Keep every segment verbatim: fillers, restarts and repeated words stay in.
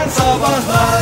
Sabahlar.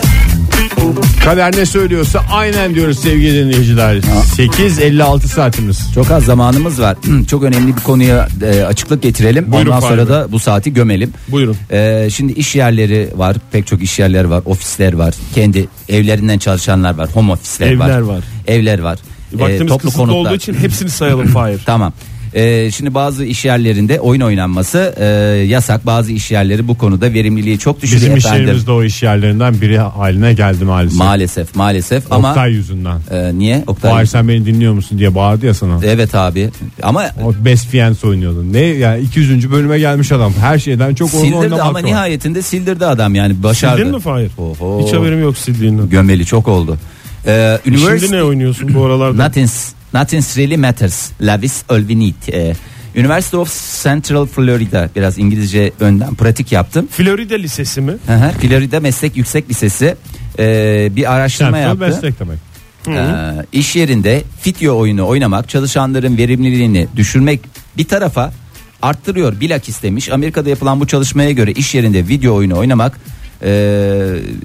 Kader ne söylüyorsa aynen diyoruz sevgili dinleyiciler. sekiz elli altı saatimiz. Çok az zamanımız var. Çok önemli bir konuya e, açıklık getirelim. Buyurun, ondan sonra Fahri da bu saati gömelim. Buyurun. E, şimdi iş yerleri var. Pek çok iş yerleri var. Ofisler var. Kendi evlerinden çalışanlar var. Home ofisler var. Evler var. Evler var. Vaktimiz E, toplu kısıtlı konutlar. olduğu için hepsini sayalım Fahir. Tamam. Ee, şimdi bazı iş yerlerinde oyun oynanması e, yasak. Bazı iş yerleri bu konuda verimliliği çok düşürüyor Bizim efendim. iş yerimiz de o iş yerlerinden biri haline geldi maalesef. Maalesef maalesef ama Oktay yüzünden. e, niye? Oktay. Fahir sen beni dinliyor musun diye bağırdı ya sana. Evet abi. Ama O Best Fiends oynuyordun. Ne yani iki yüzüncü bölüme gelmiş adam. Her şeyden çok onu sildirdi oynamak ama var. nihayetinde sildirdi adam yani başardı. Sildin mi Fahir? Oho. Hiç haberim yok sildiğinden. Gömeli çok oldu. Ee, Şimdi ne oynuyorsun bu aralarda? Nothing, nothing really matters. Lavis Olvinit. Ee, University of Central Florida. Biraz İngilizce önden pratik yaptım. Florida Lisesi mi? Hı hı, Florida Meslek Yüksek Lisesi ee, bir araştırma Central yaptı. meslek demek. Ee, iş yerinde video oyunu oynamak çalışanların verimliliğini düşürmek bir tarafa arttırıyor. Bilakis demiş Amerika'da yapılan bu çalışmaya göre iş yerinde video oyunu oynamak ee,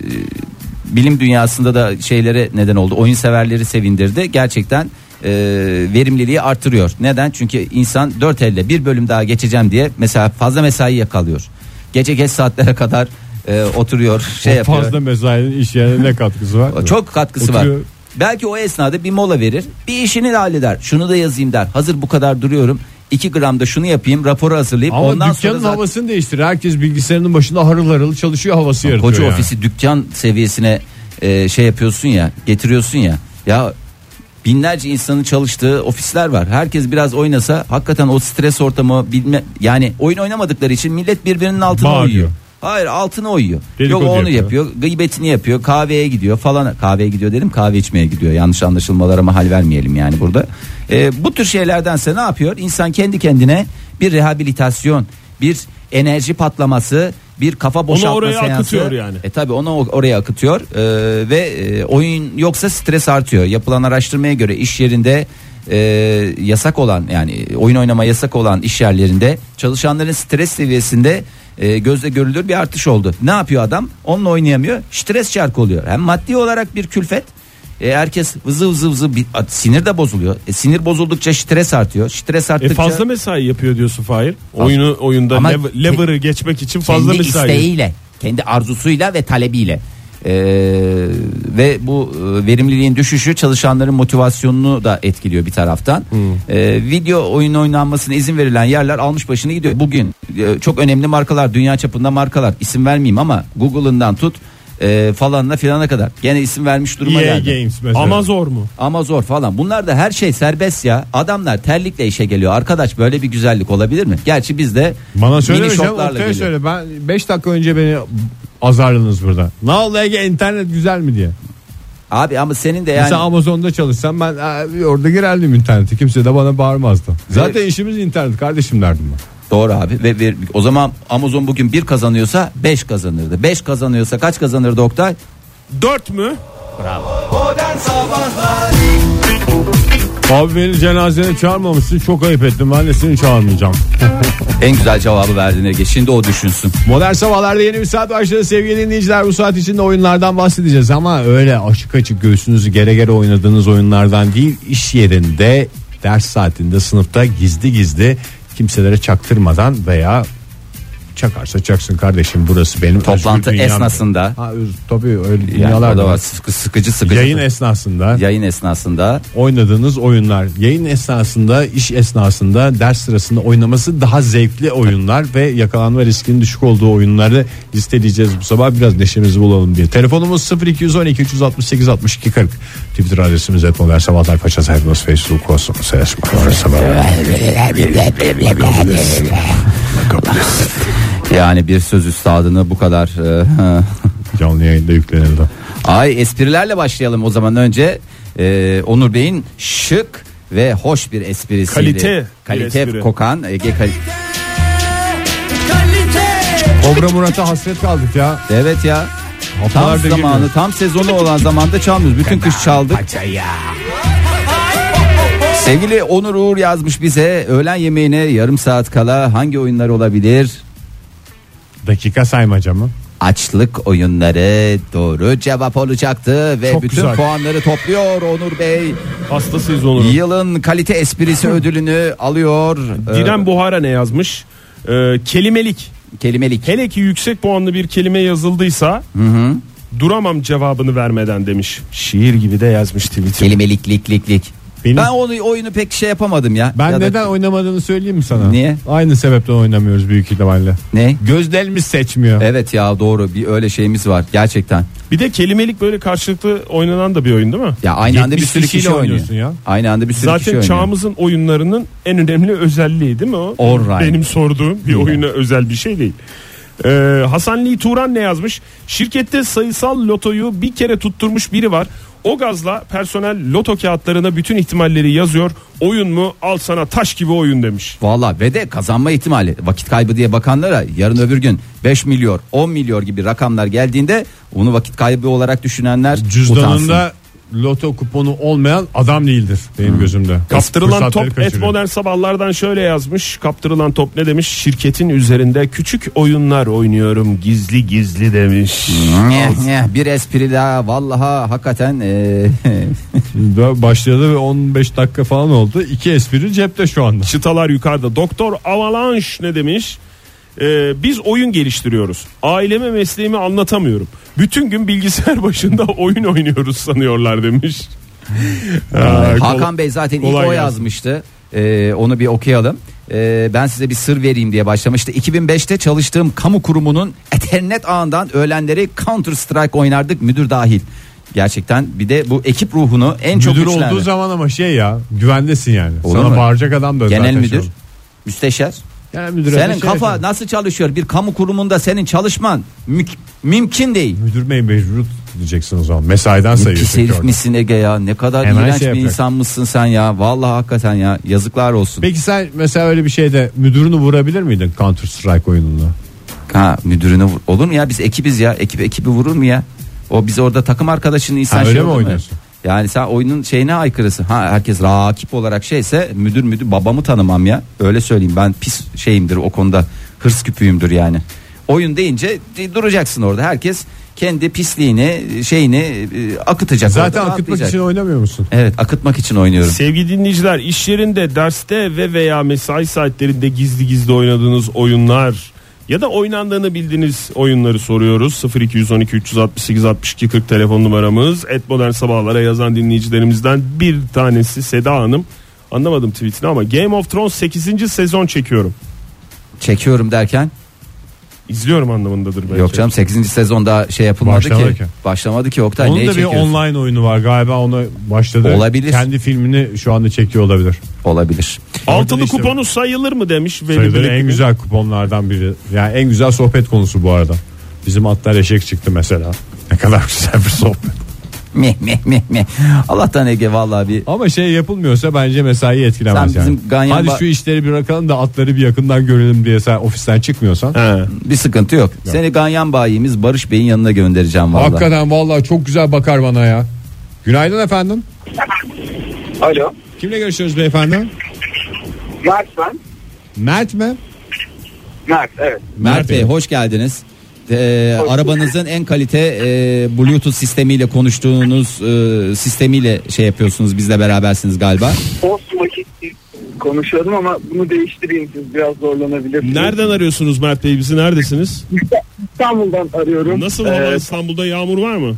bilim dünyasında da şeylere neden oldu. Oyun severleri sevindirdi. Gerçekten e, verimliliği artırıyor. Neden? Çünkü insan dört elle bir bölüm daha geçeceğim diye mesela fazla mesai yakalıyor. Gece geç saatlere kadar e, oturuyor, şey o yapıyor. fazla mesainin iş yerine ne katkısı var? Çok katkısı Oturuyor. var. Belki o esnada bir mola verir. Bir işini de halleder. Şunu da yazayım der. Hazır bu kadar duruyorum. iki gram da şunu yapayım, raporu hazırlayıp Ama ondan dükkanın sonra zaten... havasını değiştirir. Herkes bilgisayarının başında harıl harıl çalışıyor, havası yaratıyor. Koca yani. ofisi dükkan seviyesine e, şey yapıyorsun ya, getiriyorsun ya. Ya binlerce insanın çalıştığı ofisler var. Herkes biraz oynasa hakikaten o stres ortamı bilme, yani oyun oynamadıkları için millet birbirinin altına Bağırıyor. oyuyor. Hayır, altına oyuyor. Dedikodu Yok onu yapıyor. yapıyor. Gıybetini yapıyor. Kahveye gidiyor falan. Kahveye gidiyor dedim, kahve içmeye gidiyor. Yanlış anlaşılmalara mahal vermeyelim yani burada. E, bu tür şeylerdense ne yapıyor? İnsan kendi kendine bir rehabilitasyon, bir enerji patlaması, bir kafa boşaltma oraya seansı. akıtıyor yani. E tabi onu oraya akıtıyor e, ve e, oyun yoksa stres artıyor. Yapılan araştırmaya göre iş yerinde e, yasak olan, yani oyun oynama yasak olan iş yerlerinde çalışanların stres seviyesinde e, gözle görülür bir artış oldu. Ne yapıyor adam? Onunla oynayamıyor. Stres çarkı oluyor. Hem maddi olarak bir külfet. E, herkes vızı vızı vızı bir, sinir de bozuluyor. E, sinir bozuldukça stres artıyor. Stres arttıkça E fazla mesai yapıyor diyorsun Fahir. Oyunu oyunda Ama lev- lever'ı geçmek için fazla kendi mesai. isteğiyle, kendi arzusuyla ve talebiyle. Ee, ve bu e, verimliliğin düşüşü çalışanların motivasyonunu da etkiliyor bir taraftan. Hmm. Ee, video oyun oynanmasına izin verilen yerler almış başını gidiyor. Bugün e, çok önemli markalar, dünya çapında markalar, isim vermeyeyim ama Google'ından tut e, falanla filana kadar gene isim vermiş duruma E A geldi. Games mesela. Amazon mu? Amazon falan, bunlar da her şey serbest ya. Adamlar terlikle işe geliyor. Arkadaş, böyle bir güzellik olabilir mi? Gerçi biz de Bana mini söyle hocam, şortlarla Oktay'a geliyor. söyle. Ben beş dakika önce beni azarladınız burada. Ne oldu Ege, internet güzel mi diye. Abi ama senin de yani Mesela Amazon'da çalışsam ben abi, orada girerdim internete. Kimse de bana bağırmazdı. Zaten işimiz internet kardeşim derdim ben. doğru abi ve, ve o zaman Amazon bugün bir kazanıyorsa beş kazanırdı. beş kazanıyorsa kaç kazanırdı Oktay? Dört mü? Modern Sabahlar. Abi beni cenazene çağırmamışsın, çok ayıp ettim, ben de seni çağırmayacağım. En güzel cevabı verdin Ege. Şimdi o düşünsün. Modern Sabahlar'da yeni bir saat başladı sevgili dinleyiciler. Bu saat içinde oyunlardan bahsedeceğiz ama öyle açık açık göğsünüzü gere gere oynadığınız oyunlardan değil, iş yerinde, ders saatinde, sınıfta gizli gizli kimselere çaktırmadan veya çakarsa çaksın kardeşim, burası benim Toplantı özgür dünyam. esnasında. Ha, öz- tabii öyle Yani dünyalar o da da var. var. Sıkı, sıkıcı sıkıcı. Yayın esnasında Yayın esnasında. oynadığınız oyunlar, yayın esnasında, iş esnasında, ders sırasında oynaması daha zevkli oyunlar ve yakalanma riskinin düşük olduğu oyunları listeleyeceğiz bu sabah, biraz neşemizi bulalım diye. Telefonumuz sıfır iki on iki üç altı sekiz altmış iki kırk. Twitter adresimiz et modern sabahlar, faça sayfamız Facebook olsun. Yani bir söz üstadını bu kadar e, Canlı yayında yüklenildi. ay esprilerle başlayalım o zaman. Önce e, Onur Bey'in şık ve hoş bir esprisiydi. Kalite Kalite bir espri. kokan Ege kal- Kobra Murat'a hasret kaldık ya. Evet ya. Tam Haftalarda zamanı, geliyor. tam sezonu olan zamanda çalmıyoruz. Bütün kış çaldık. Sevgili Onur Uğur yazmış bize, öğlen yemeğine yarım saat kala hangi oyunlar olabilir? Dakika saymaca mı? Açlık oyunları doğru cevap olacaktı ve Çok bütün güzel. puanları topluyor Onur Bey. Hastasıyız Onur'un. Yılın kalite esprisi ödülünü alıyor. Diren Buhara ne yazmış? Ee, kelimelik. Ee, kelimelik. Hele ki yüksek puanlı bir kelime yazıldıysa Hı hı. duramam cevabını vermeden demiş. Şiir gibi de yazmış Twitter. Kelimelik lik lik lik. Benim- Ben onu oyunu pek şey yapamadım ya. Ben Ya da- neden oynamadığını söyleyeyim mi sana? Niye? Aynı sebepten oynamıyoruz büyük ihtimalle. Ne? Gözlerimiz seçmiyor. Evet ya doğru bir öyle şeyimiz var gerçekten. Bir de kelimelik böyle karşılıklı oynanan da bir oyun değil mi? Ya aynı anda bir yetmiş sürü kişi kişiyle oynuyor. oynuyorsun ya. Aynı anda bir sürü kişi Zaten oynuyor. çağımızın oyunlarının en önemli özelliği değil mi o? Alright. Benim sorduğum bir oyuna özel bir şey değil. Ee, Hasan Lee Turan ne yazmış? Şirkette sayısal lotoyu bir kere tutturmuş biri var. O gazla personel loto kağıtlarına bütün ihtimalleri yazıyor. Oyun mu? Al sana taş gibi oyun demiş. Valla ve de kazanma ihtimali vakit kaybı diye bakanlara yarın öbür gün beş milyon on milyon gibi rakamlar geldiğinde onu vakit kaybı olarak düşünenler utansın. Cüzdanında loto kuponu olmayan adam değildir benim gözümde. Kaptırılan Fırsatları top et kaçırıyor. modern sabahlardan şöyle yazmış. Kaptırılan top ne demiş? Şirketin üzerinde küçük oyunlar oynuyorum gizli gizli demiş. Nyeh, nyeh, bir espri daha vallaha hakikaten e, Daha başladı ve on beş dakika falan oldu. İki espri cepte şu anda. Çıtalar yukarıda. Doktor Avalanche ne demiş? Ee, biz oyun geliştiriyoruz. Aileme mesleğimi anlatamıyorum. Bütün gün bilgisayar başında oyun oynuyoruz sanıyorlar demiş. Aa, Hakan Bey zaten ilk kolay o gelsin. yazmıştı. E, onu bir okuyalım. E, ben size bir sır vereyim diye başlamıştı. iki bin beşte çalıştığım kamu kurumunun Ethernet ağından öğlenleri Counter Strike oynardık müdür dahil. Gerçekten bir de bu ekip ruhunu en çok Müdür güçlendirdi. olduğu zaman ama şey ya güvendesin yani. Olur Sana mu? bağıracak adam da Genel zaten müdür, şey- müsteşar. Genel müdüre de Senin şey kafa yapıyor. nasıl çalışıyor? Bir kamu kurumunda senin çalışman mü- mümkün değil. Müdür bey mecbur diyeceksin o zaman. Mesaiden sayıyor. Pis çünkü herif orada. misin Ege ya? Ne kadar Hemen iğrenç şey bir yapıyor. insan mısın sen ya? Vallahi hakikaten ya. Yazıklar olsun. Peki sen mesela öyle bir şeyde müdürünü vurabilir miydin Counter Strike oyununda? Ha müdürünü vur. Olur mu ya? Biz ekibiz ya. Ekip ekibi vurur mu ya? O biz orada takım arkadaşını insan Ha, şey öyle mi olur oynuyorsun? Yani sen oyunun şeyine aykırısı. Ha herkes rakip olarak şeyse müdür müdür babamı tanımam ya. Öyle söyleyeyim ben pis şeyimdir o konuda. Hırs küpüyümdür yani. Oyun deyince duracaksın orada. Herkes kendi pisliğini şeyini e, akıtacak. Zaten orada, akıtmak rahatlayacak. için oynamıyor musun? Evet akıtmak için oynuyorum. Sevgili dinleyiciler, iş yerinde, derste ve veya mesai saatlerinde gizli gizli oynadığınız oyunlar ya da oynandığını bildiğiniz oyunları soruyoruz. sıfır iki on iki üç altı sekiz altmış iki kırk telefon numaramız. Et modern sabahlara yazan dinleyicilerimizden bir tanesi Seda Hanım. Anlamadım tweetini ama Game of Thrones sekizinci sezon çekiyorum. Çekiyorum derken İzliyorum anlamındadır belki. yok canım sekizinci sezonda şey yapılmadı Başlamadı ki. ki. Başlamadı ki Oktay. Onun neyi da bir çekiyorsun? online oyunu var galiba ona başladı. Olabilir. Kendi filmini şu anda çekiyor olabilir. Olabilir. Altılı Orada işte- kuponu sayılır mı demiş. Veli Sayıları Bilekli. en güzel kuponlardan biri. Yani en güzel sohbet konusu bu arada. Bizim atlar eşek çıktı mesela. Ne kadar güzel bir sohbet. Meh meh meh meh. Allah'tan Ege vallahi bir Ama şey yapılmıyorsa bence mesai etkilemez Sen yani. bizim Ganyan Hadi ba- şu işleri bırakalım da atları bir yakından görelim diye sen ofisten çıkmıyorsan. He. bir sıkıntı yok. Seni Ganyan bayimiz Barış Bey'in yanına göndereceğim vallahi. Hakikaten vallahi çok güzel bakar bana ya. Günaydın efendim. Alo. Kimle görüşüyoruz beyefendi? Mert ben. Mert mi? Mert evet. Mert Mert Bey Bey. hoş geldiniz. Ee, arabanızın en kalite e, Bluetooth sistemiyle konuştuğunuz e, sistemiyle şey yapıyorsunuz bizle berabersiniz galiba. Post vakit konuşuyordum ama bunu değiştireyim, siz biraz zorlanabilirsiniz. Nereden arıyorsunuz Mert Bey, bizi neredesiniz? İstanbul'dan arıyorum. Nasıl hava, Ee, İstanbul'da yağmur var mı?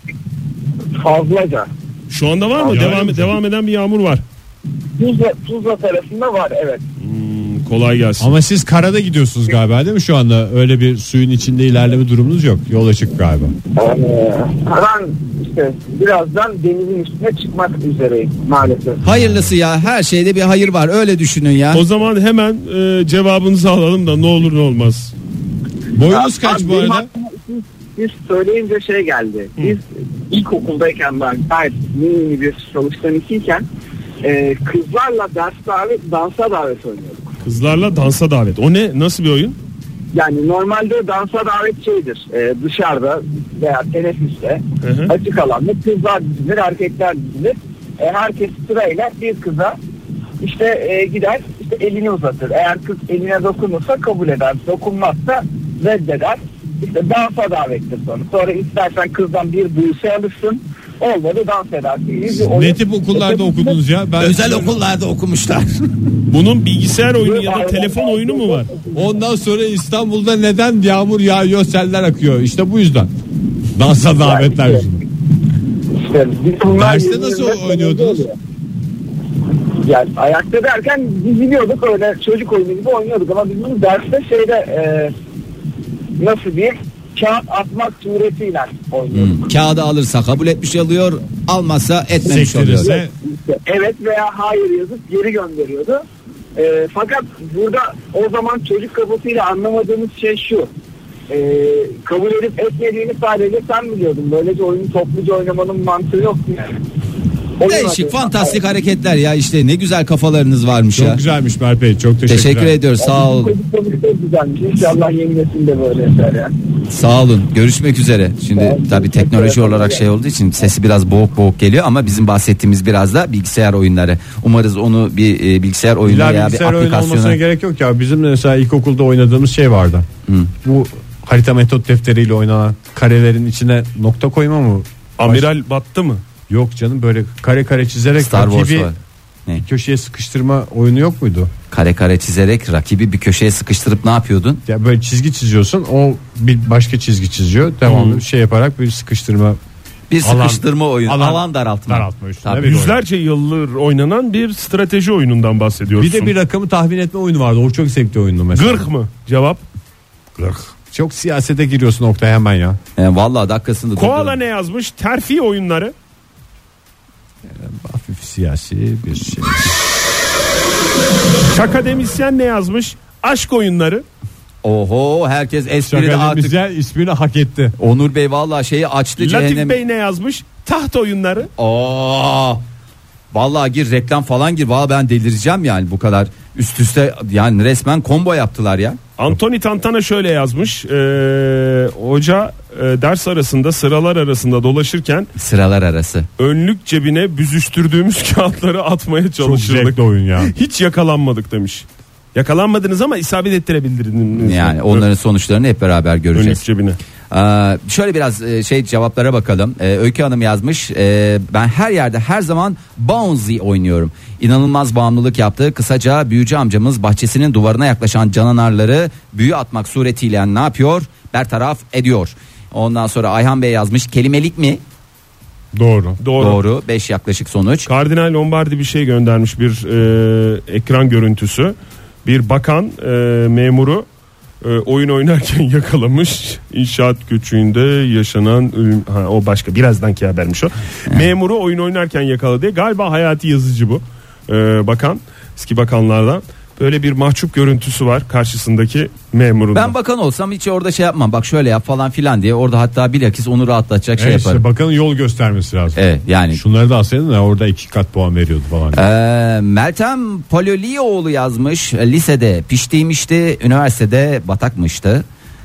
fazlaca. Şu anda var mı? Yağıyor Devam mu? devam eden bir yağmur var. Tuzla, Tuzla tarafında var evet. Hmm, kolay gelsin. Ama siz karada gidiyorsunuz galiba değil mi şu anda? Öyle bir suyun içinde ilerleme durumunuz yok. Yol açık galiba. Ee, ben işte birazdan denizin üstüne çıkmak üzereyim maalesef. Hayırlısı ya her şeyde bir hayır var öyle düşünün ya. O zaman hemen e, cevabınızı alalım da ne olur ne olmaz. Boyunuz Ya, kaç bu benim arada? aklıma Siz, siz söyleyince şey geldi. Biz ilkokuldayken ben gayet mini bir çalışkan ikiyken e, kızlarla ders davet, dansa davet oynuyorduk. Kızlarla dansa davet. O ne? Nasıl bir oyun? Yani normalde dansa davet şeydir. E, dışarıda veya teneffüste Hı hı. açık alanda kızlar dizilir, erkekler dizilir. E, herkes sırayla bir kıza işte e, gider işte elini uzatır. Eğer kız eline dokunursa kabul eder. Dokunmazsa reddeder. işte dansa davettir sonra. Sonra istersen kızdan bir buse alırsın. Olmadı dans edersin. Ne tip okullarda okudunuz ya? Ben Özel okullarda okumuşlar. Bunun bilgisayar oyunu ya da telefon oyunu mu var? Ondan sonra İstanbul'da neden yağmur yağıyor, seller akıyor? İşte bu yüzden. Dansa davetler yüzünden. İşte bunlar Derste nasıl oynuyordunuz? Yani ayakta derken diziliyorduk, öyle çocuk oyunu gibi oynuyorduk ama biz bunu derste şeyde e, nasıl diyeyim, kağıt atmak suretiyle oynuyorduk. Hmm. Kağıdı alırsa kabul etmiş oluyor, almazsa etmemiş oluyor. Sektirirse İşte evet veya hayır yazıp geri gönderiyordu. E, fakat burada o zaman çocuk kafasıyla anlamadığımız şey şu. E, kabul edip etmediğini sadece sen biliyordun. Böylece oyunu topluca oynamanın mantığı yok yani. Değişik, fantastik hareketler ya, işte ne güzel kafalarınız varmış çok ya. güzelmiş Mert Bey, çok teşekkürler. Teşekkür ediyoruz, sağ olun. Çok güzelmiş. İnşallah yeni nesil de böyle yapar ya. Sağ olun. Görüşmek üzere. Şimdi tabii teknoloji olarak şey olduğu için sesi biraz boğuk boğuk geliyor ama bizim bahsettiğimiz biraz da bilgisayar oyunları. Umarız onu bir e, bilgisayar oyunu İlla veya bir bilgisayar oyunu olmasına aplikasyona. gerek yok ya. Bizim de mesela ilkokulda oynadığımız şey vardı. Hı. Bu harita metot defteriyle oynanan karelerin içine nokta koyma mı? Amiral battı mı? Yok canım, böyle kare kare çizerek Star Wars rakibi var. Ne? köşeye sıkıştırma oyunu yok muydu? Kare kare çizerek rakibi bir köşeye sıkıştırıp ne yapıyordun? Ya böyle çizgi çiziyorsun, o bir başka çizgi çiziyor. Devamlı Hmm. şey yaparak bir sıkıştırma, Bir Alan- sıkıştırma oyunu. alan- Alan, daraltma. daraltma üstüne Tabii. bir oyun. Yüzlerce yıldır oynanan bir strateji oyunundan bahsediyorsun. Bir de bir rakamı tahmin etme oyunu vardı. O çok zevkli oyundu mesela. Gırk mı? Cevap. Gırk. Çok siyasete giriyorsun Oktay hemen ya. Yani vallahi dakikasında Koala durdurum. ne yazmış? Terfi oyunları. Hafif siyasi bir şey. Akademisyen ne yazmış? Aşk oyunları. Oho, herkes espride artık. Şakalemizden ismini hak etti. Onur Bey vallahi şeyi açtı. Latif cehennem. Bey ne yazmış? Taht oyunları. Aa, vallahi gir reklam falan gir. Vallahi ben delireceğim yani, bu kadar üst üste yani resmen combo yaptılar ya. Antoni Tantana şöyle yazmış. Ee, hoca e, ders arasında sıralar arasında dolaşırken Sıralar arası. önlük cebine büzüştürdüğümüz kağıtları atmaya Çok çalışırdık. zevkli oyun ya. Hiç yakalanmadık demiş. Yakalanmadınız ama isabet ettirebildiniz. Yani onların sonuçlarını hep beraber önlük göreceğiz. cebine. Ee, şöyle biraz e, şey cevaplara bakalım. Ee, Öykü Hanım yazmış. Ee, ben her yerde her zaman Bouncy oynuyorum. İnanılmaz bağımlılık yaptı. Kısaca büyücü amcamız bahçesinin duvarına yaklaşan canavarları büyü atmak suretiyle ne yapıyor? Bertaraf ediyor. Ondan sonra Ayhan Bey yazmış. Kelimelik mi? Doğru. Doğru. Doğru. beş yaklaşık sonuç. Kardinal Lombardi bir şey göndermiş, bir e, ekran görüntüsü. Bir bakan e, memuru e, oyun oynarken yakalamış. İnşaat göçüğünde yaşanan ölüm, ha, o başka birazdanki habermiş o. Memuru oyun oynarken yakaladı. Galiba Hayati Yazıcı bu. E, bakan, eski bakanlardan. Böyle bir mahcup görüntüsü var karşısındaki memurun. Ben bakan olsam hiç orada şey yapmam. Bak şöyle yap falan filan diye. Orada hatta bilakis onu rahatlatacak şey Evet, yaparım. işte bakanın yol göstermesi lazım. Evet yani. Şunları da alsaydın da orada iki kat puan veriyordu falan. Ee, Meltem Pololioğlu yazmış. Lisede piştiymişti, üniversitede batakmıştı.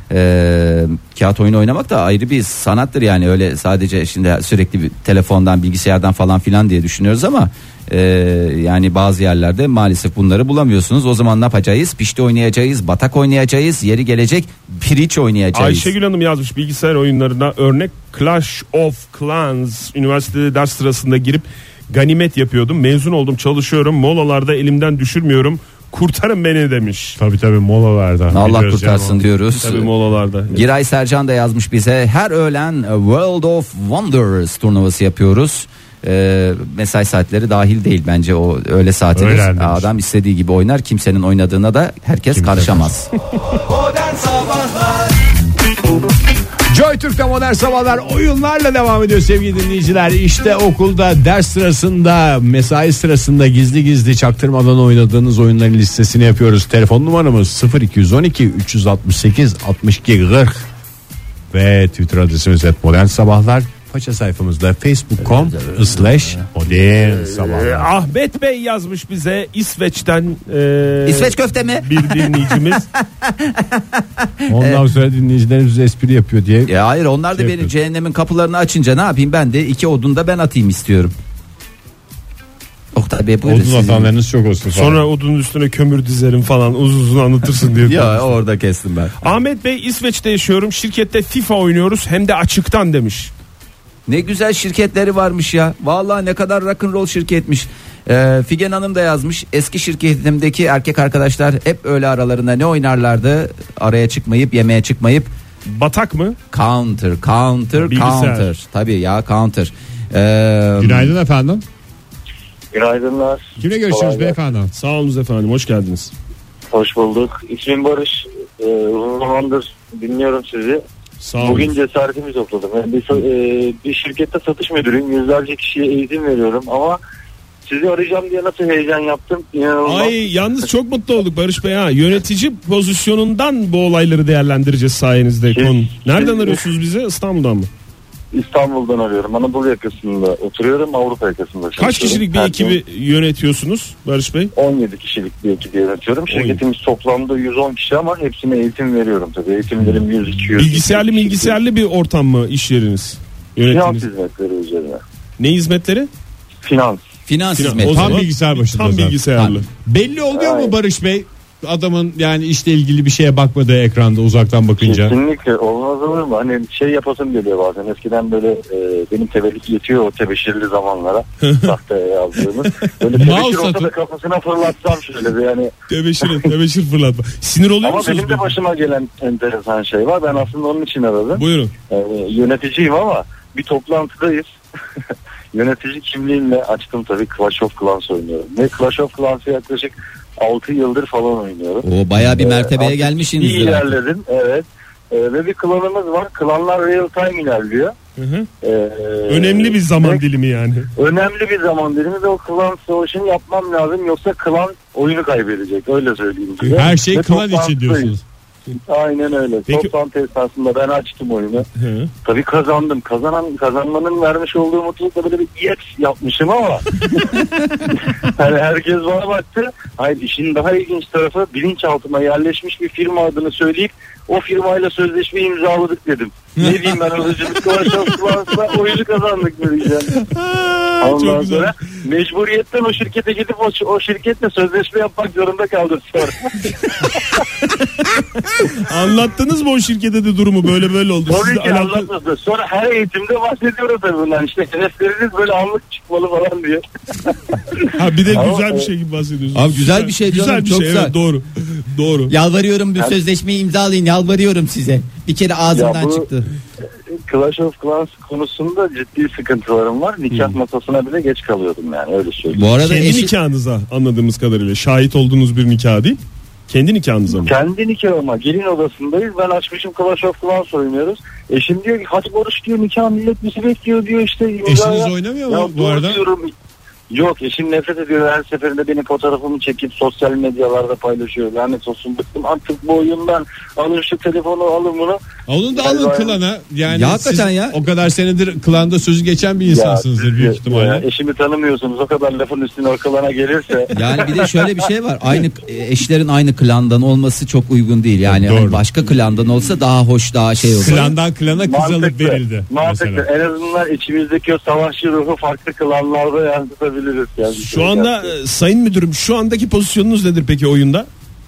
Ee, kağıt oyunu oynamak da ayrı bir sanattır yani, öyle sadece şimdi sürekli bir telefondan, bilgisayardan falan filan diye düşünüyoruz ama e, yani bazı yerlerde maalesef bunları bulamıyorsunuz. O zaman ne yapacağız? Pişti oynayacağız, batak oynayacağız, yeri gelecek biriç oynayacağız. Ayşegül Hanım yazmış bilgisayar oyunlarına örnek Clash of Clans. Üniversitede ders sırasında girip ganimet yapıyordum. Mezun oldum, çalışıyorum. Molalarda elimden düşürmüyorum. Kurtarın beni demiş. Tabii tabii molalarda. Allah Biliyoruz kurtarsın yani. diyoruz. Tabii molalarda. Giray Sercan da yazmış bize. Her öğlen World of Wonders turnuvası yapıyoruz. Ee, mesai saatleri dahil değil bence o öğle saatiniz. Öğlen demiş. Adam istediği gibi oynar. Kimsenin oynadığına da herkes Kimse karışamaz. Modern Sabahlar Joy Türk'te modern sabahlar oyunlarla devam ediyor sevgili dinleyiciler. İşte okulda ders sırasında, mesai sırasında gizli gizli çaktırmadan oynadığınız oyunların listesini yapıyoruz. Telefon numaramız sıfır iki on iki üç altı sekiz altmış iki kırk ve Twitter adresimiz et modern sabahlar. Faça sayfamızda facebook nokta com slash modern Ee, sabahlar. Ahmet Bey yazmış bize İsveç'ten e, İsveç köfte mi? bir dinleyicimiz. Ondan sonra dinleyicilerimiz espri yapıyor diye. Ya hayır, onlar da Şey benim yapıyoruz. cehennemin kapılarını açınca ne yapayım, ben de iki odun da ben atayım istiyorum. Tabii buyurun. Odun sizin- atanlarınız çok olsun falan. Sonra odunun üstüne kömür dizerim falan uzun uzun anlatırsın diye. Ya orada kestim ben. Ahmet Bey, İsveç'te yaşıyorum. Şirkette FIFA oynuyoruz hem de açıktan demiş. Ne güzel şirketleri varmış ya. Vallahi ne kadar rock'n'roll şirketmiş. Ee, Figen Hanım da yazmış. Eski şirketimdeki erkek arkadaşlar hep öyle aralarında ne oynarlardı? Araya çıkmayıp yemeğe çıkmayıp Batak mı? counter counter Bilgisayar. counter. Tabii ya counter. Ee, Günaydın efendim. Günaydınlar. Kimle görüşüyoruz beyefendi? Sağ olunuz efendim, hoş geldiniz. Hoş bulduk. İsmim Barış. Ee, uzun zamandır dinliyorum sizi. Sağ olun. Bugün cesaretimi topladım. Yani bir, e, bir şirkette satış müdürüyüm. Yüzlerce kişiye eğitim veriyorum ama sizi arayacağım diye nasıl heyecan yaptım. İnanılmaz. Ay yalnız çok mutlu olduk Barış Bey ha. Yönetici pozisyonundan bu olayları değerlendireceğiz sayenizde. Şey- Konu. Nereden şey- arıyorsunuz bizi? İstanbul'dan mı? İstanbul'dan arıyorum. Anadolu yakasında oturuyorum. Avrupa yakasında Kaç çalışıyorum. kişilik bir Her ekibi yönetiyorsunuz Barış Bey? gün on yedi kişilik bir ekibi yönetiyorum. Şirketimiz toplamda yüz on kişi ama hepsine eğitim veriyorum tabii. Eğitimlerim yüz iki yüz. Bilgisayarlı bilgisayarlı bir ortam mı iş yeriniz? Finans Yönetiniz. hizmetleri üzerine. Ne hizmetleri? Finans. finans Finan- hizmeti. o Tam zaman bilgisayar başında Tam zaten. bilgisayarlı. Belli oluyor mu Aynen. Barış Bey? Adamın yani işle ilgili bir şeye bakmadığı ekranda uzaktan bakınca. Kesinlikle olmaz olur mu? Hani şey yapasım geliyor bazen. Eskiden böyle e, benim tebellik yetiyor o tebeşirli zamanlara. Tahtaya yazdığımız. Böyle tebeşir Mouse olsa atın. da kafasına fırlatsam şöyle bir yani. Tebeşir, tebeşir fırlatma. Sinir oluyor Ama musunuz? benim de peki? başıma gelen enteresan şey var. Ben aslında onun için aradım. Buyurun. Yani yöneticiyim ama bir toplantıdayız. Yönetici kimliğimle açtım tabii Clash of Clans oynuyorum. Ve Clash of Clans'ı yaklaşık altı yıldır falan oynuyorum. O bayağı bir mertebeye Artık gelmişsiniz. İyi ilerledim, evet. Ee, ve bir klanımız var. Klanlar real time ilerliyor. Hı hı. Ee, Önemli bir zaman ve dilimi yani. Önemli bir zaman dilimi ve o klan savaşını yapmam lazım. Yoksa klan oyunu kaybedecek. Öyle söyleyeyim size. Her şey Ve klan için toplantıdayız. diyorsunuz. Aynen öyle. Peki- Toplantı esnasında ben açtım oyunu. Hı. Tabii kazandım. Kazanan kazanmanın vermiş olduğu mutlulukla böyle bir yes yapmışım ama hani herkes bana baktı. Hayır, işin daha ilginç tarafı bilinçaltıma yerleşmiş bir firma adını söyleyip o firmayla sözleşme imzaladık dedim. Ne diyeyim ben alıcılık Clash'la oyunu kazandık mı diyeceğim. Aa, Ondan çok güzel. sonra mecburiyetten o şirkete gidip o, o şirketle sözleşme yapmak zorunda kaldım sonra. Anlattınız mı o şirkete de durumu böyle böyle oldu? Tabii Sizle ki alakalı- anlatmadı. Sonra her eğitimde bahsediyorum tabii bundan. İşte hedefleriniz böyle anlık çıkmalı falan diye. Ha bir de Ama- güzel bir şey gibi bahsediyorsunuz. Abi güzel bir şey Güzel canım, bir çok şey, güzel. evet, doğru. Doğru. Yalvarıyorum bir sözleşmeyi imzalayın, yalvarıyorum size. Bir kere ağzımdan Ya bu- çıktı. Clash of Clans konusunda ciddi sıkıntılarım var. Nikah masasına bile geç kalıyordum yani öyle söyleyeyim. Bu arada Kendi eşi- nikahınıza anladığımız kadarıyla şahit olduğunuz bir nikah değil. Kendi nikahınıza mı? Kendi nikahıma gelin odasındayız. Ben açmışım Clash of Clans oynuyoruz. Eşim diyor ki hadi Barış diyor nikah millet bizi bekliyor diyor işte. Eşiniz oynamıyor mu Ya bu doğru arada? diyorum. Yok, eşim nefret ediyor, her seferinde benim fotoğrafımı çekip sosyal medyalarda paylaşıyor. Lanet olsun, bıktım artık bu oyundan, alın şu telefonu, alın bunu. Onu da Yani alın ben- klana. Yani Ya hakikaten siz ya. o kadar senedir klanda sözü geçen bir insansınızdır siz büyük de- ihtimalle. ya eşimi tanımıyorsunuz, o kadar lafın üstüne o klana gelirse. Yani bir de şöyle bir şey var. Aynı eşlerin aynı klandan olması çok uygun değil. Yani Doğru. hani başka klandan olsa daha hoş, daha şey olur. Klandan klana kız alıp Mantıklı, verildi. mantıklı. Mesela. En azından içimizdeki o savaşçı ruhu farklı klanlarda yansıtabiliriz. Yani Şu anda e, sayın müdürüm şu andaki pozisyonunuz nedir peki oyunda?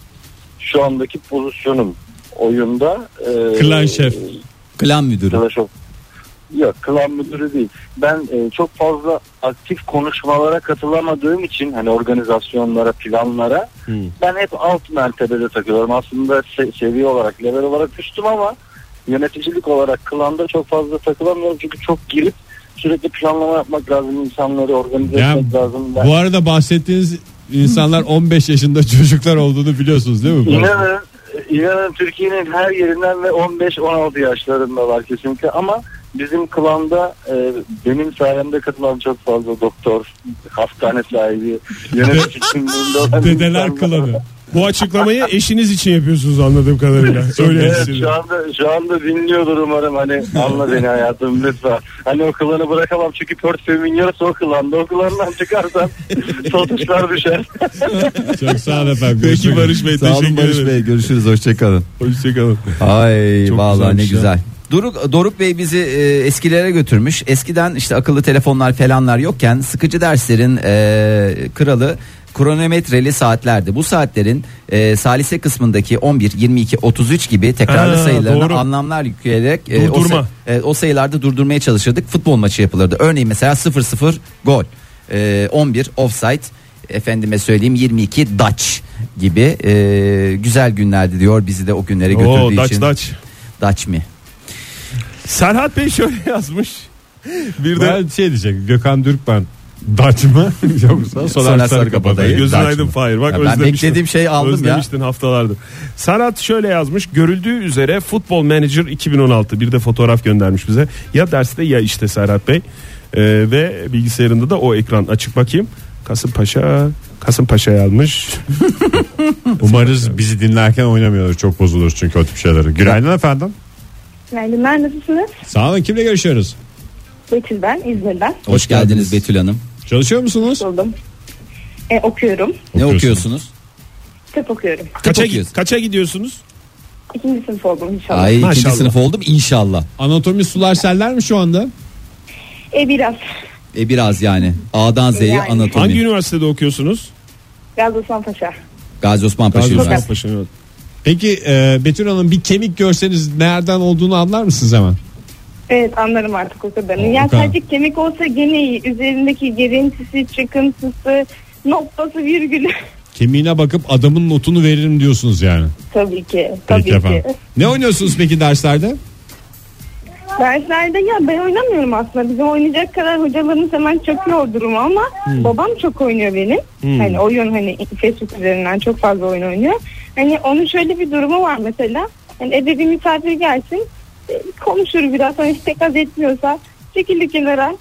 şu andaki pozisyonum oyunda e, Klan şef. Klan müdürü. Clash of- Yok, klan müdürü değil. Ben e, çok fazla aktif konuşmalara katılamadığım için hani organizasyonlara, planlara Hmm. ben hep alt mertebede takılıyorum. Aslında se- seviye olarak, level olarak üstüm ama yöneticilik olarak klanda çok fazla takılamıyorum. Çünkü çok girip sürekli planlama yapmak lazım, insanları organize Yani etmek lazım. Ben, bu arada bahsettiğiniz insanlar on beş yaşında çocuklar olduğunu biliyorsunuz değil mi? İnanın, inanın Türkiye'nin her yerinden ve on beş on altı yaşlarında var kesinlikle ama bizim klanda e, benim sayemde katılan çok fazla doktor, hastane sahibi, yönetici kimliğinde olan Dedeler insanlar var. klanı. Bu açıklamayı eşiniz için yapıyorsunuz anladığım kadarıyla. Öyle Evet, hissediyorum. şu anda şu anda dinliyordur umarım, hani anla beni hayatım lütfen. Hani o klanı bırakamam çünkü portföyümün yarısı o klanda. O klandan çıkarsam satışlar düşer. Çok sağ olun efendim. Peki Görüşmek Barış Bey, Sağ olun teşekkür Barış ederim. Bey, görüşürüz, hoşçakalın. Hoşçakalın. Ay Çok vallahi ne güzelmiş ya. güzel. Doruk, Doruk Bey bizi e, eskilere götürmüş. Eskiden işte akıllı telefonlar falanlar yokken sıkıcı derslerin e, kralı kronometreli saatlerdi. Bu saatlerin e, salise kısmındaki on bir, yirmi iki, otuz üç gibi tekrarlı Ha, sayılarına doğru. anlamlar yükleyerek e, o, Durdurma. say- e, o sayılarda durdurmaya çalışırdık. Futbol maçı yapılırdı. Örneğin mesela sıfır sıfır gol, e, on bir offside, efendime söyleyeyim yirmi iki Dutch gibi e, güzel günlerdi diyor. Bizi de o günlere götürdüğü Oo, Dutch için. Dutch. Dutch mi? Serhat Bey şöyle yazmış. Bir de Ben şey diyecek, Gökhan Dürkmen Daç mı yoksa Soner Sarıkabadayı? gözün Daç aydın mı? Fahir. Bak Ya ben özlemiştin. beklediğim şeyi aldım ya. Özlemiştin haftalardır. Serhat şöyle yazmış. Görüldüğü üzere Football Manager iki bin on altı bir de fotoğraf göndermiş bize. Ya derste ya işte Serhat Bey. Ee, ve bilgisayarında da o ekran açık, bakayım. Kasımpaşa Kasımpaşa yazmış. Umarız bizi dinlerken oynamıyorlar, çok bozulur çünkü o tip şeyleri. Günaydın efendim. Günaydınlar, nasılsınız? Sağ olun, kimle görüşüyoruz? Betül ben, İzmir'den. Hoş, Hoş geldiniz, geldiniz. Betül Hanım. Çalışıyor musunuz? Buldum. E, okuyorum. Ne Okuyorsunuz. okuyorsunuz? Tıp okuyorum. Kaça, okuyorsun. kaça gidiyorsunuz? İkinci sınıf oldum inşallah. Ay ikinci Maşallah. sınıf oldum inşallah. Anatomi sular seller mi şu anda? E biraz. E biraz yani A'dan Z'ye Yani. anatomi. Hangi üniversitede okuyorsunuz? Gazi Osman Paşa. Gazi Osman Paşa Gazi Osman Üniversitesi. Paşa Üniversitesi. Peki e, Betül Hanım, bir kemik görseniz nereden olduğunu anlar mısınız hemen? Evet, anlarım artık o kadarını. O Yani kadar. sadece kemik olsa gene iyi. Üzerindeki gerintisi, çıkıntısı, noktası, virgülü. Kemiğine bakıp adamın notunu veririm diyorsunuz yani. Tabii ki. Tabii Peki ki. efendim. Ne oynuyorsunuz peki derslerde? Derslerde ya ben oynamıyorum aslında. Bizim oynayacak kadar hocalarımız hemen çöküyor durumu ama babam çok oynuyor benim. Hani oyun, hani Facebook üzerinden çok fazla oyun oynuyor. Hani onun şöyle bir durumu var mesela. Hani eve bir misafir gelsin, e, konuşur biraz, hani pek az etmiyorsa çekilir kenara,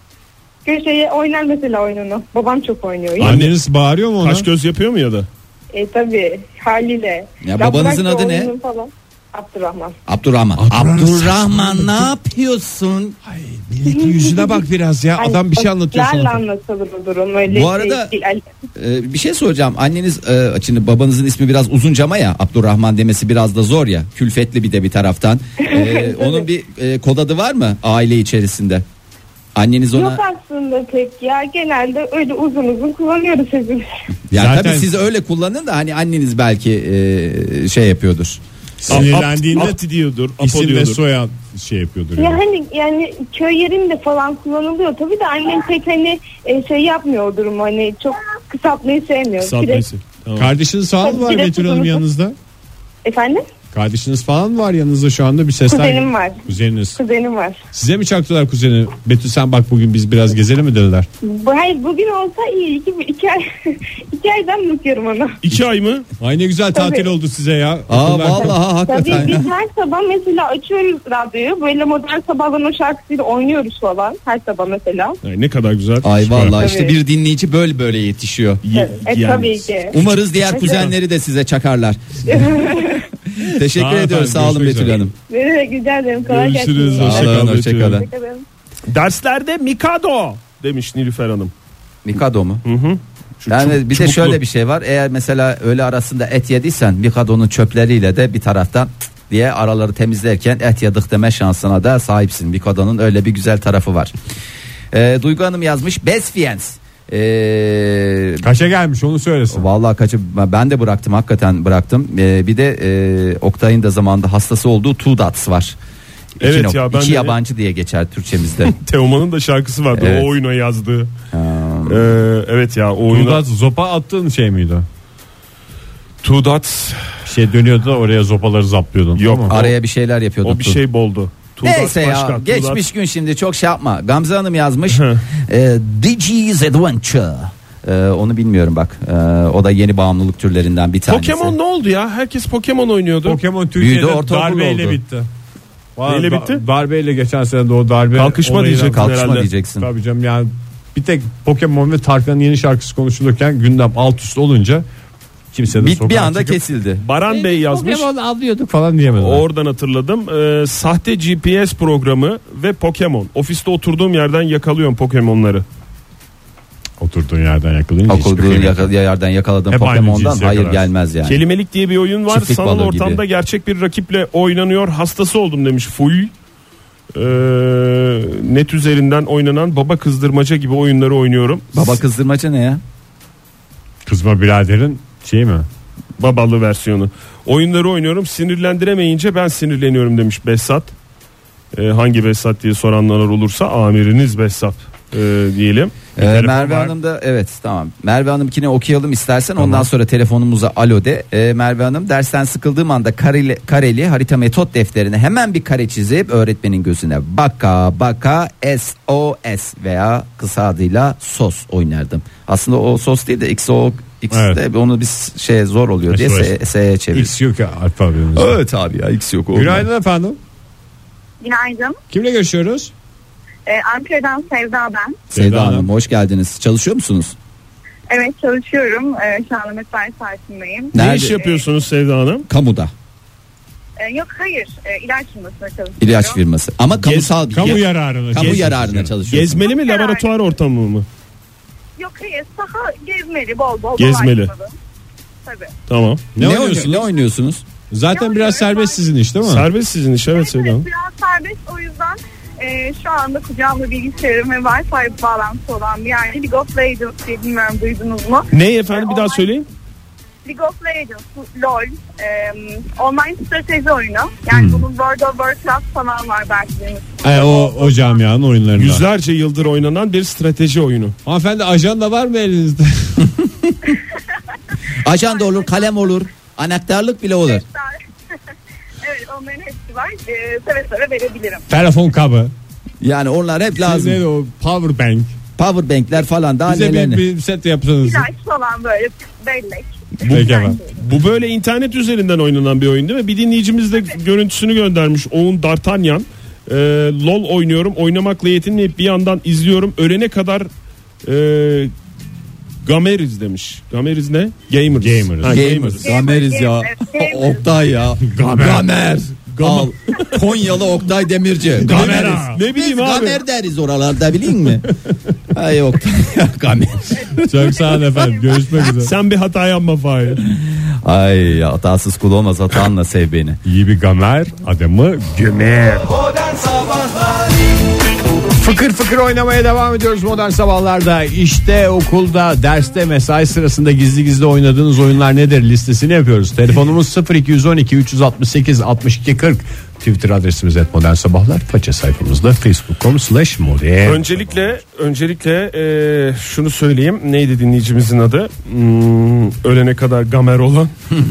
köşeye oynar mesela oyununu. Babam çok oynuyor. Anneniz bağırıyor mu ona? Kaş göz yapıyor mu ya da? E tabii haliyle. Ya babanızın bırak da adı ne? oyunun Falan. Abdurrahman. Abdurrahman. Abdurrahman, Abdurrahman ne yapıyorsun? Milletin yüzüne bak biraz ya. Adam bir şey anlatıyor Lerle sana. anlatılır o durum. Öyle Bu arada- şey değil. Ee, bir şey soracağım. Anneniz e, şimdi babanızın ismi biraz uzunca ama ya Abdurrahman demesi biraz da zor ya. Külfetli bir de bir taraftan. Ee, onun bir e, kod adı var mı aile içerisinde? Anneniz ona Yok aslında pek ya, genelde öyle uzun uzun kullanıyoruz hepimiz. yani Zaten- tabii siz öyle kullanın da hani anneniz belki e, şey yapıyordur. Sinirlendiğinde Apti diyordur. Apo isim ve diyordur. soyad şey yapıyordur. Ya Yani. hani yani köy yerinde falan kullanılıyor tabii de annem pek hani e, şey yapmıyor o durumu, hani çok kısaltmayı sevmiyor. Kısaltmayı Direkt- sev- Tamam. Kardeşiniz falan mı var Bir de Betül Hanım kuzeniniz- yanınızda? Efendim? Kardeşiniz falan mı var yanınızda şu anda? Bir sesler. Kuzenim var. Kuzeniniz. Kuzenim var. Size mi çaktılar kuzeni? Betül sen bak bugün biz biraz gezelim mi dediler? Bu, hayır, bugün olsa iyi. İki, iki, ay, iki aydan bakıyorum ona. İki ay mı? Ay ne güzel tatil Tabii. oldu size ya. Aa Okullar- vallahi Tabii hakikaten. biz her sabah mesela açıyoruz radyoyu. Böyle modern sabahların o şarkısıyla oynuyoruz falan. Her sabah mesela. Ay, ne kadar güzel. Ay vallahi Tabii. işte bir dinleyici böyle böyle yetişiyor. Ye- E, yani- tabii ki. Umarız diğer kuzenleri de size çakarlar. Teşekkür Sağ olun ediyoruz. efendim, Sağ olun görüşmek Betül üzere. Hanım. Evet, güzel ederim. Kolay gelsin. Görüşürüz. Sağ Hoşça olun, kal hoşça Betül. kalın. Teşekkür ederim. Derslerde Mikado demiş Nilüfer Hanım. Mikado mu? Hı hı. Şu Yani çub- bir de çubuklu. şöyle bir şey var. Eğer mesela öğle arasında et yediysen Mikado'nun çöpleriyle de bir taraftan cık diye araları temizlerken et yadık deme şansına da sahipsin. Mikado'nun öyle bir güzel tarafı var. Ee, Duygu Hanım yazmış. Best Fiends. Ee, Kaça gelmiş onu söylesin. Vallahi kaçı ben de bıraktım, hakikaten bıraktım. Ee, bir de e, Oktay'ın da zamanında hastası olduğu Two Dots var. İki, Evet nok- ya, ben iki de- yabancı diye geçer Türkçemizde. Teoman'ın da şarkısı vardı. Evet. O oyuna yazdığı. Ha, Ee, evet ya o oyuna. Burada zopa attığın şey miydi? Two Dots. Bir şey dönüyordu da oraya zopaları zaplıyordun. Yok. Tamam. araya bir şeyler yapıyordu. O bir şey boldu. Two Dots Neyse ya başka, Two geçmiş Dots- gün şimdi çok şey yapma. Gamze Hanım yazmış. Hı. e, Digi's Adventure. E, onu bilmiyorum bak. E, o da yeni bağımlılık türlerinden bir tanesi. Pokemon ne oldu ya? Herkes Pokemon oynuyordu. Pokemon Büyüdü, Türkiye'de ortaokul darbeyle oldu. bitti. Vallahi Neyle da- bitti? Darbeyle geçen sene de o darbe. Kalkışma olayıyla- diyecektin Kalkışma herhalde. diyeceksin. Tabii canım, yani bir tek Pokemon ve Tarkan'ın yeni şarkısı konuşulurken gündem alt üst olunca kimse de Bir, sokağa bir anda çıkıp, kesildi. Baran Bey yazmış. Pokemon avlıyorduk falan diyemediler. Oradan hatırladım. Ee, sahte G P S programı ve Pokemon. Ofiste oturduğum yerden yakalıyorum Pokemon'ları. Oturduğun yerden yakalayınca hiçbir Okulduğun kıymet yaka, yok. yerden yakaladığın Hep aynı Pokemon'dan cinsi hayır yakalarsın. gelmez yani. Kelimelik diye bir oyun var. Çiftlik Sanal balığı ortamda gibi. gerçek bir rakiple oynanıyor. Hastası oldum demiş Full. Ee, net üzerinden oynanan baba kızdırmaca gibi oyunları oynuyorum. Baba kızdırmaca ne ya? Kızma biraderin şey mi? Babalı versiyonu. Oyunları oynuyorum, sinirlendiremeyince ben sinirleniyorum demiş Behzat. Ee, hangi Behzat diye soranlar olursa amiriniz Behzat e, diyelim. Ee, Merve Hanım da evet tamam. Merve Hanım'kini okuyalım istersen, ondan sonra telefonumuza alo de. Ee, Merve Hanım, dersten sıkıldığım anda kareli, kareli harita metot defterine hemen bir kare çizip öğretmenin gözüne baka baka S O S veya kısa adıyla sos oynardım. Aslında o sos değil de X O X Evet. de onu biz şey zor oluyor diye S- S'ye çevir. X yok ya alfabemizde. Evet abi ya X yok. Günaydın efendim. Günaydın. Kimle görüşüyoruz? Ee, Ankara'dan Sevda ben. Sevda Sevda Hanım Hanım. hoş geldiniz. Çalışıyor musunuz? Evet çalışıyorum. Ee, şu anda mesai saatindeyim. Ne Nerede? iş yapıyorsunuz Sevda Hanım? Kamuda. Ee, yok hayır. Ee, ilaç firmasında çalışıyorum. İlaç firması. Ama kamusal bir Kamu yer. yararına. Kamu Gez- yararına çalışıyorsunuz. Gezmeli mi, laboratuvar ortamı mı? Yok hayır. Saha gezmeli bol bol. Gezmeli. dolaşmalı. Tabii. Tamam. Ne, Ne oynuyorsunuz? oynuyorsunuz? Ne oynuyorsunuz? Zaten Ne biraz oynuyoruz? serbest sizin iş değil mi? Serbest sizin iş, evet Sevda Hanım. Evet, biraz serbest, o yüzden e, şu anda kucağımda bilgisayarım ve Wi-Fi bağlantısı olan bir yerde League of Legends diye, bilmiyorum duydunuz mu? Ne efendim, bir daha Online- söyleyin. League of Legends, LoL, e, online strateji oyunu. Yani bunun World of Warcraft falan var belki benim. E, o, o camianın oyunlarında. Yüzlerce yıldır oynanan bir strateji oyunu. Hanımefendi ajanda var mı elinizde? Ajanda olur, kalem olur, anahtarlık bile olur. Evet, onların hepsi var. E, seve seve verebilirim. Telefon kabı. Yani onlar hep Lazım. lazım. o power bank. Power bankler falan daha Bize neler bir, ne. bir set yapsanız. İlaç falan böyle bellek. Peki efendim. Bu böyle internet üzerinden oynanan bir oyun değil mi? Bir dinleyicimiz de görüntüsünü göndermiş. Oğun D'Artagnan. Ee, LOL oynuyorum. Oynamakla yetinmeyip bir yandan izliyorum. Ölene kadar e, Gameriz demiş. Gameriz ne? Gamers. Gamers. Ha, Gamers. Gameriz ya. Gamers, Gamers. Oktay ya. Gamer. Gamer. Al. Konyalı Oktay Demirci. Gamera. Ne bileyim Biz abi. Gamer deriz oralarda, bilin mi? Ay Oktay ya, Gamer. Çok sağ olun efendim. Görüşmek üzere. Sen bir hata yapma Fahir. Ay ya, hatasız kul olmaz, hatanla sev beni. İyi bir gamer adamı gömer. Modern Sabahlar Fıkır fıkır oynamaya devam ediyoruz modern sabahlarda. İşte okulda, derste, mesai sırasında gizli gizli oynadığınız oyunlar nedir listesini yapıyoruz. Telefonumuz sıfır iki on iki üç altı sekiz altmış iki kırk. Twitter adresimiz et modern sabahlar. Faça sayfamızda facebook nokta com slash modern. Öncelikle öncelikle e, şunu söyleyeyim. Neydi dinleyicimizin adı? Hmm, ölene kadar Gamer olan.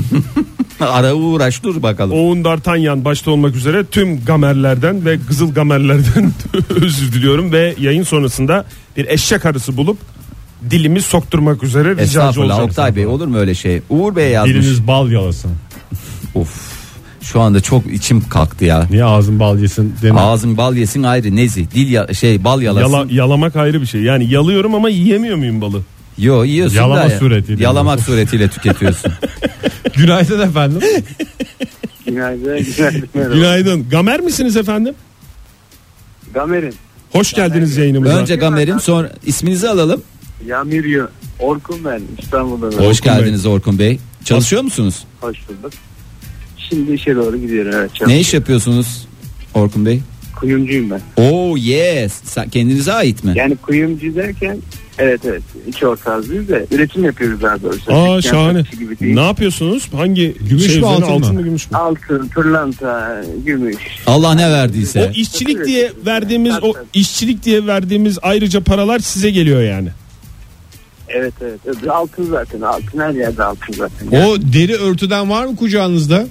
Ara uğraş dur bakalım. Oğun D'Artagnan başta olmak üzere tüm gamerlerden ve kızıl gamerlerden özür diliyorum ve yayın sonrasında bir eşek arısı bulup dilimi sokturmak üzere ricacı Estağfurullah olacağım. Oktay Bey, olur mu öyle şey? Uğur Bey yazmış. Biriniz bal yalasın. Of. Şu anda çok içim kalktı ya. Niye ağzın bal yesin deme. Ağzın bal yesin ayrı, nezi. Dil ya, şey bal yalasın. Yala, yalamak ayrı bir şey. Yani yalıyorum ama yiyemiyor muyum balı? Yo, yiyorsun Yalama da ya. suretiyle. Yalamak suretiyle tüketiyorsun. Günaydın efendim. Günaydın. Günaydın. merhaba. Günaydın. Gamer misiniz efendim? Gamer'in. Hoş geldiniz yayınımıza. Önce Gamer'im, sonra isminizi alalım. Yamiryo. Orkun ben. İstanbul'dan. Hoş Orkun geldiniz Orkun Bey. Çalışıyor musunuz? Hoş bulduk. Şimdi işe doğru gidiyorum. Evet, Ne iş yapıyorsunuz Orkun Bey? Kuyumcuyum ben. Oh yes. Sen, kendinize ait mi? Yani kuyumcu derken evet evet iç ortağız biz de üretim yapıyoruz daha doğrusu. Aa Dükkan şahane. satışı gibi değil. Ne yapıyorsunuz? Hangi Gümüş şey mü, üzerine, altın mı? altın mı gümüş mü? Altın, pırlanta, gümüş. Allah ne verdiyse. O işçilik diye verdiğimiz o işçilik diye verdiğimiz ayrıca paralar size geliyor yani. Evet evet. Öbürü altın zaten. Altın her yerde altın zaten. O deri örtüden var mı kucağınızda?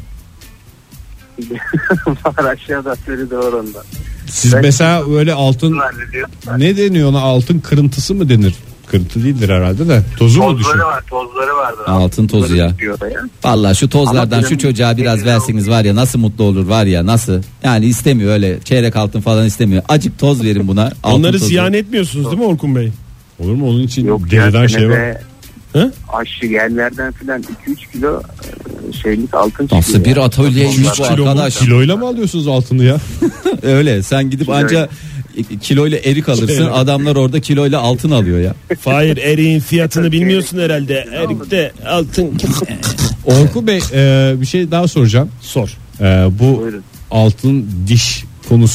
Var aşağıda seri de var ondan. Siz Ben- mesela böyle altın Hallediyorum. ne deniyor ona, altın kırıntısı mı denir? Kırıntı değildir herhalde de. Tozu mu düşün? Tozları var, tozları vardır. Altın tozu ya. Çıkıyor oraya. Vallahi şu tozlardan Ama şu benim- çocuğa biraz benim- verseniz var ya, nasıl mutlu olur var ya, nasıl. Yani istemiyor öyle çeyrek altın falan istemiyor. Acık toz verin buna. Altın Onları tozu. ziyan etmiyorsunuz değil mi Orkun Bey? Olur mu, onun için Yok deriden ya, şey var. senede Hı? aşı yerlerden filan iki üç kilo e, şeylik altın çıkıyor. Nasıl bir ya. atölyeymiş bu Kilo mu? arkadaş. Kiloyla mı alıyorsunuz altını ya? Öyle sen gidip Kiloyla. anca kiloyla erik alırsın, Kiloyla. adamlar orada kiloyla altın alıyor ya. Fahir eriğin fiyatını bilmiyorsun herhalde. Erikte altın. Orkun Bey e, bir şey daha soracağım. Sor. E, bu Buyurun. altın diş konusu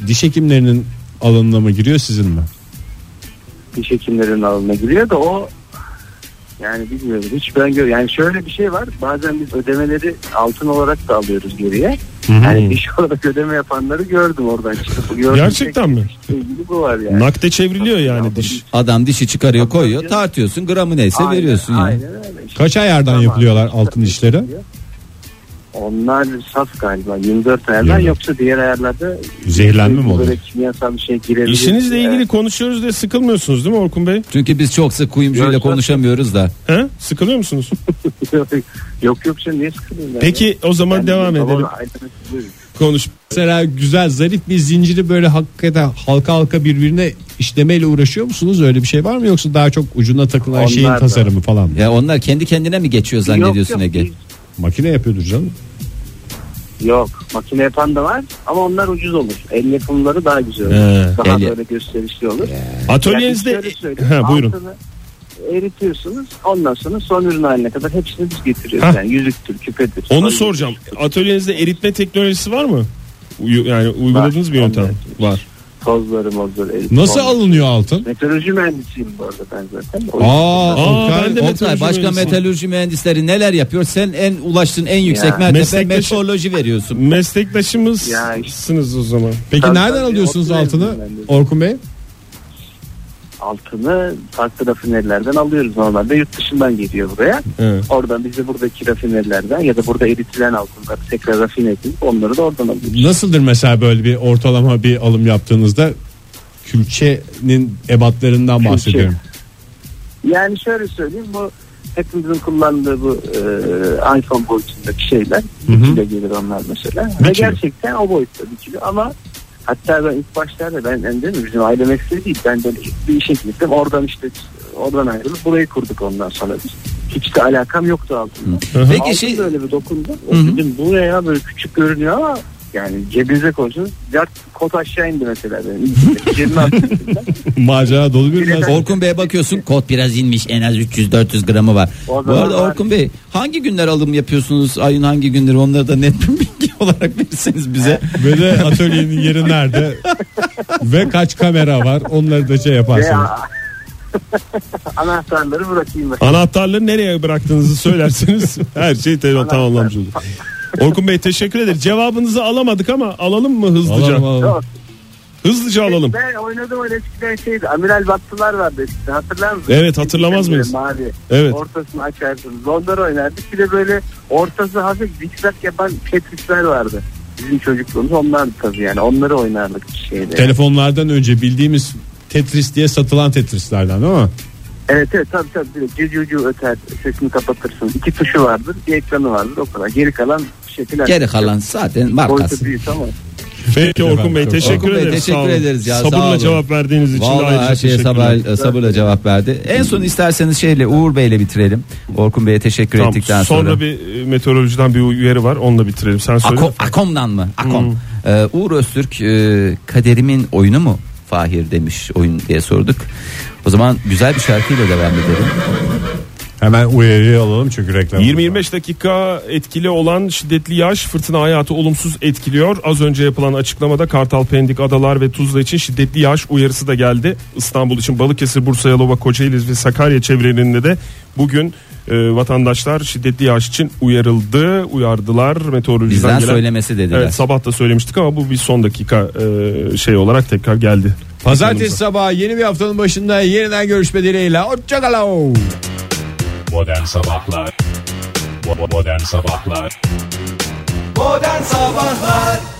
diş hekimlerinin alanına mı giriyor, sizin mi? Diş hekimlerinin alanına giriyor da o yani bilmiyorum hiç ben gör yani şöyle bir şey var, bazen biz ödemeleri altın olarak da alıyoruz geriye. Hı-hı. Yani diş olarak ödeme yapanları gördüm oradan çıkıp. Gerçekten mi? Bu var yani. Nakde çevriliyor yani diş. Adam dişi çıkarıyor, koyuyor, tartıyorsun, gramı neyse aynen, veriyorsun yani. Aynen öyle. İşte kaç ayardan tamam, yapılıyorlar altın dişleri? Onlar saf galiba yirmi dört ayardan, yoksa diğer ayarlarda zehirlenme mi olur? Böyle kimyasal bir şey girebilir. İşinizle yani. ilgili konuşuyoruz diye sıkılmıyorsunuz değil mi Orkun Bey? Çünkü biz çok sık kuyumcuyla yok, konuşamıyoruz da. He? Sıkılıyor musunuz? yok yok sen niye sıkılıyorsun? Peki yani? O zaman yani devam edelim. Konuş. Mesela güzel zarif bir zinciri böyle hakikaten halka halka birbirine işlemeyle uğraşıyor musunuz? Öyle bir şey var mı, yoksa daha çok ucuna takılan onlar şeyin da tasarımı falan mı? Ya onlar kendi kendine mi geçiyor zannediyorsun yok, yok, Ege? Biz... Makine yapıyordur canım. Yok, makine yapan da var ama onlar ucuz olur. El yapımları daha güzel olur. He, daha el... böyle gösterişli olur. Atölyenizde ha, buyurun. Eritiyorsunuz. Ondan sonra son ürün haline kadar hepsini biz getiriyoruz. Ha. Yani yüzüktür, küpedir. Onu soracağım. Atölyenizde eritme teknolojisi var mı? Yani uyguladığınız var, bir yöntem var. Tozları mozları eritip. Nasıl alınıyor altın? Meteoroloji mühendisiyim bu arada ben zaten. Aa, Aa Oktay, ben de Oktay, başka meteoroloji mühendisleri neler yapıyor? Sen en ulaştığın en yüksek mertebe Meslektaşı... meteoroloji veriyorsun. Meslektaşımızsınız işte. O zaman. Peki tabii, nereden tabii, alıyorsunuz altını Orkun Bey? Altını farklı rafinerilerden alıyoruz normalde. Yurt dışından geliyor buraya. Evet. Oradan biz de buradaki rafinerilerden ya da burada eritilen altınları tekrar rafine edip onları da oradan alıyoruz. Nasıldır mesela böyle bir ortalama bir alım yaptığınızda? Külçenin ebatlarından Külçe. bahsediyorum. Yani şöyle söyleyeyim, bu hepimizin kullandığı bu e, iPhone boyutundaki şeyler. Bir kilo gelir onlar mesela. Bir Ve kilo. Gerçekten o boyutta bir kilo ama hatta ben ilk başlarda ben, ben değil mi bizim aile mesleği değil, ben böyle bir işe gittim, oradan işte oradan ayrılıp burayı kurduk ondan sonra biz. Hiç de alakam yoktu altında. Peki altın şey böyle bir dokundu. O dedim buraya böyle küçük görünüyor ama yani cebinize koysunuz. Dert kot aşağı indi mesela benim. Macera dolu bir mesele. Orkun Bey'e bakıyorsun, kot biraz inmiş, en az üç yüz dört yüz gramı var. O Bu arada var. Orkun Bey, hangi günler alım yapıyorsunuz? Ayın hangi günleri, onları da net bir bilgi olarak verirseniz bize. Ve de atölyenin yeri nerede? Ve kaç kamera var? Onları da şey yaparsanız. Anahtarları bırakayım. Anahtarları nereye bıraktığınızı söylerseniz her şey tamamlamış olur. Orkun Bey teşekkür ederiz. Cevabınızı alamadık ama alalım mı hızlıca? Alalım, alalım. Hızlıca alalım. Ben oynadım öyle eskiden şeydi. Amiral battılar vardı eskiden, hatırlar mısınız? Evet, hatırlamaz mıyız? Mavi. Evet. Ortasını açarsınız. Onları oynardık. Bir de böyle ortası hafif zikzak yapan Tetris'ler vardı. Bizim çocukluğumuz onlardı tabii yani. Onları oynardık bir şeyde. Telefonlardan önce bildiğimiz Tetris diye satılan Tetris'lerden değil mi? Evet evet tabii tabii. Cücü cücü öter, sesini kapatırsın. İki tuşu vardır, bir ekranı vardır, o kadar. Geri kalan şekiller. Geri kalan zaten markası. Büyük ama. Peki Orkun Bey teşekkür Orkun Bey, ederiz. Teşekkür ederiz ya. Sabırla cevap verdiğiniz için Vallahi ayrıca her şeye sabır, sabırla cevap verdi. En son isterseniz şeyle Uğur Bey'le bitirelim. Orkun Bey'e teşekkür tamam, ettikten sonra. Sonra bir meteorolojiden bir uyarı var. Onunla bitirelim. Sen söyle. Ako, Akom'dan mı? Akom. Hmm. Ee, Uğur Öztürk e, kaderimin oyunu mu Fahir demiş oyun diye sorduk. O zaman güzel bir şarkıyla devam edelim. Hemen uyarıyı alalım çünkü reklam. yirmi yirmi beş dakika etkili olan şiddetli yağış fırtına hayatı olumsuz etkiliyor. Az önce yapılan açıklamada Kartal, Pendik, Adalar ve Tuzla için şiddetli yağış uyarısı da geldi. İstanbul için Balıkesir, Bursa, Yalova, Kocaeli ve Sakarya çevrelerinde de bugün e, vatandaşlar şiddetli yağış için uyarıldı, uyardılar meteorolojiden Bizden gelen. söylemesi dediler. Evet, sabah da söylemiştik ama bu bir son dakika e, şey olarak tekrar geldi. Pazartesi sabahı yeni bir haftanın başında yeniden görüşme dileğiyle. Hoşçakalın. Modern Sabahlar Modern Sabahlar Modern Sabahlar